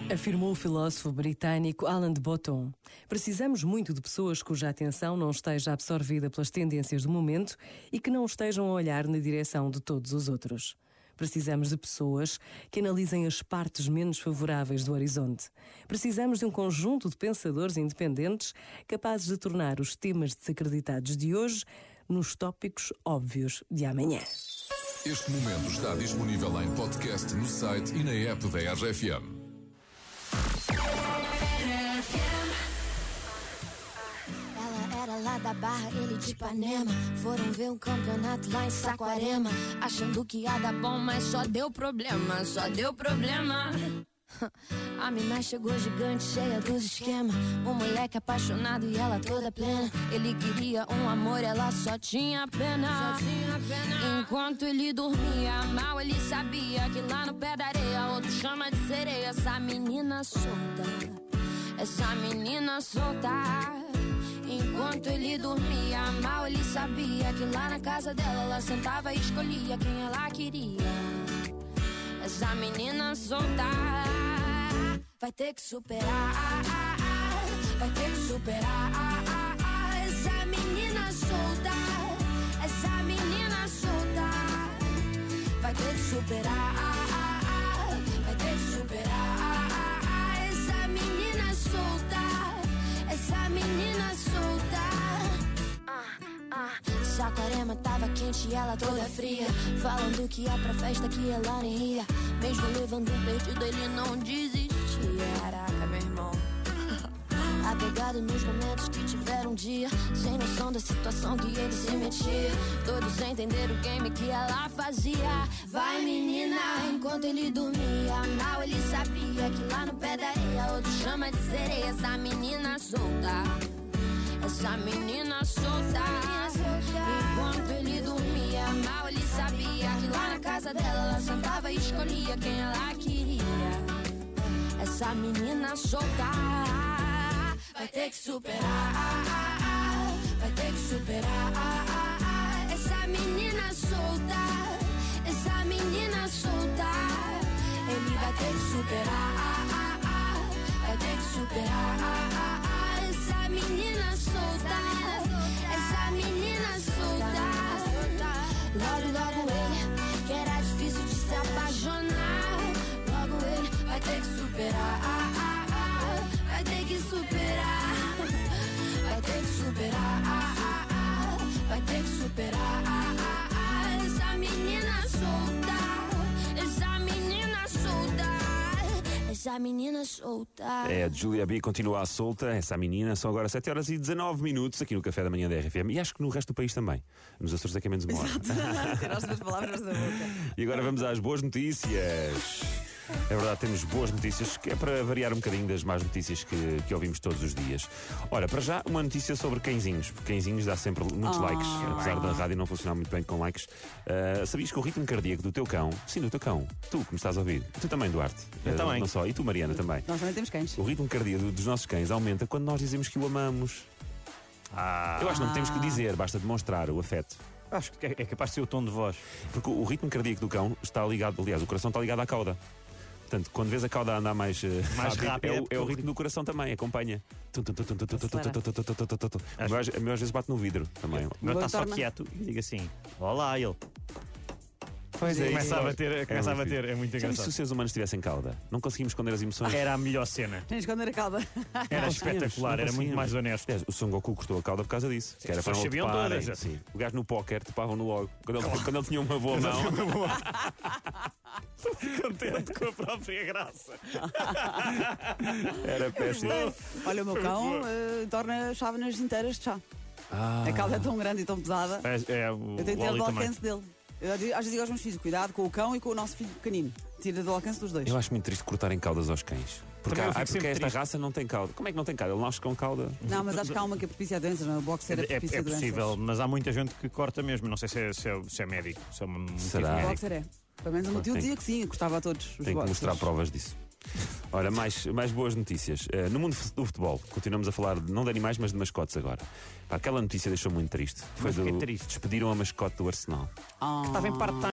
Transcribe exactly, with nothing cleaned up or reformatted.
Afirmou o filósofo britânico Alain de Botton. Precisamos muito de pessoas cuja atenção não esteja absorvida pelas tendências do momento e que não estejam a olhar na direção de todos os outros. Precisamos de pessoas que analisem as partes menos favoráveis do horizonte. Precisamos de um conjunto de pensadores independentes capazes de tornar os temas desacreditados de hoje nos tópicos óbvios de amanhã. Este momento está disponível em podcast no site e na app da R J F M. Ela era lá da Barra, ele de Ipanema. Foram ver um campeonato lá em Saquarema, achando que ia dar bom, mas só deu problema, só deu problema. A mina chegou gigante, cheia dos esquemas. Um moleque apaixonado e ela toda plena. Ele queria um amor, ela só tinha pena. Só tinha pena. Enquanto ele dormia, mal ele sabia que lá no pé da areia outro chama de sereia. Essa menina solta, essa menina solta. Enquanto ele dormia, mal ele sabia que lá na casa dela ela sentava e escolhia quem ela queria. Essa menina solta vai ter que superar, vai ter que superar. Essa menina solta, essa menina solta vai ter que superar, vai ter que superar. Essa menina solta, essa menina solta. Saquarema tava quente e ela toda fria, falando que ia pra festa que ela nem ia. Mesmo levando um perdido ele não desistia. Caraca, meu irmão. Apegado nos momentos que tiveram um dia, sem noção da situação que ele se metia. Todos entenderam o game que ela fazia. Vai menina, enquanto ele dormia, mal ele sabia que lá no pé da areia outro chama de sereia. Essa menina solta, essa menina solta. Enquanto ele dormia, mal ele sabia que lá na casa dela ela sentava e escolhia quem ela queria. Essa menina solta vai ter que superar, vai ter que superar. Essa menina solta, essa menina solta. Ele vai ter que superar, vai ter que superar. Essa menina solta, essa menina solta. Logo, logo ele, que era difícil de se apaixonar. Logo ele vai ter que superar, vai ter que superar, vai ter que superar, vai ter que superar. Essa menina solta, essa menina solta, essa menina solta. É, a Julia B continua à solta, essa menina. São agora sete horas e dezanove minutos aqui no Café da Manhã da R F M. E acho que no resto do país também. Nos Açores é que é menos uma hora. Tirar as duas palavras da boca. E agora vamos às boas notícias. É verdade, temos boas notícias, que é para variar um bocadinho das más notícias que, que ouvimos todos os dias. Ora, para já, uma notícia sobre cãezinhos. Porque cãezinhos dá sempre muitos oh, likes, apesar da rádio não funcionar muito bem com likes. Uh, sabias que o ritmo cardíaco do teu cão, sim, do teu cão, tu que me estás a ouvir, tu também, Duarte. Eu uh, também. Não só, e tu, Mariana, também. Nós também temos cães. O ritmo cardíaco dos nossos cães aumenta quando nós dizemos que o amamos. Ah, Eu acho que não temos que dizer, basta demonstrar o afeto. acho que é, é capaz de ser o tom de voz. Porque o ritmo cardíaco do cão está ligado, aliás, o coração está ligado à cauda. Portanto, quando vês a cauda a andar mais, uh, Mais rápido, rápido, é, o, é é o ritmo do coração também, acompanha. A Acho- maior a maior às vezes bate no vidro também. O meu está só torna- quieto e diga assim: olá, ele. Pois Começa a bater, começa a muito bater, é muito fixe. Já viste se engraçado. os seres humanos tivessem cauda? Não conseguimos esconder as emoções. Era a melhor cena. Nem esconder a calda. Era Não espetacular, conseguimos, era não muito mais conseguimos. honesto. Aliás, o Son Goku cortou a cauda por causa disso. Que era as para não pessoas sabiam toparem. todas. Sim. O gajo no póquer topavam-no logo. Quando ele, quando ele tinha uma boa mão. Contente com a própria graça. Era péssimo. Olha, o meu cão eh, torna chávenas inteiras de chá. A cauda é tão grande e tão pesada. É, é, o Eu tenho que tirar Wally do também. alcance dele. Eu às vezes digo aos meus filhos: cuidado com o cão e com o nosso filho pequenino. Tira do alcance dos dois. Eu acho muito triste cortarem caudas aos cães. Porque, Também eu há, fico porque sempre esta triste. raça não tem cauda. Como é que não tem cauda? Ele nasce com cauda. Não, mas acho que há uma que é propícia a doenças, não é? O boxer é É, propício é a doenças. possível, mas há muita gente que corta mesmo. Não sei se é, se é, se é médico. Se é um motivo Será? O médico. boxer é. Pelo menos o meu tio Tem- dizia que sim, gostava a todos os Tenho que boxers. mostrar provas disso. Ora, mais, mais boas notícias. Uh, no mundo do futebol, continuamos a falar de, não de animais, mas de mascotes agora. Pá, aquela notícia deixou muito triste. Foi Mas fiquei do, triste. Despediram a mascote do Arsenal. Ah. Estava em part-time.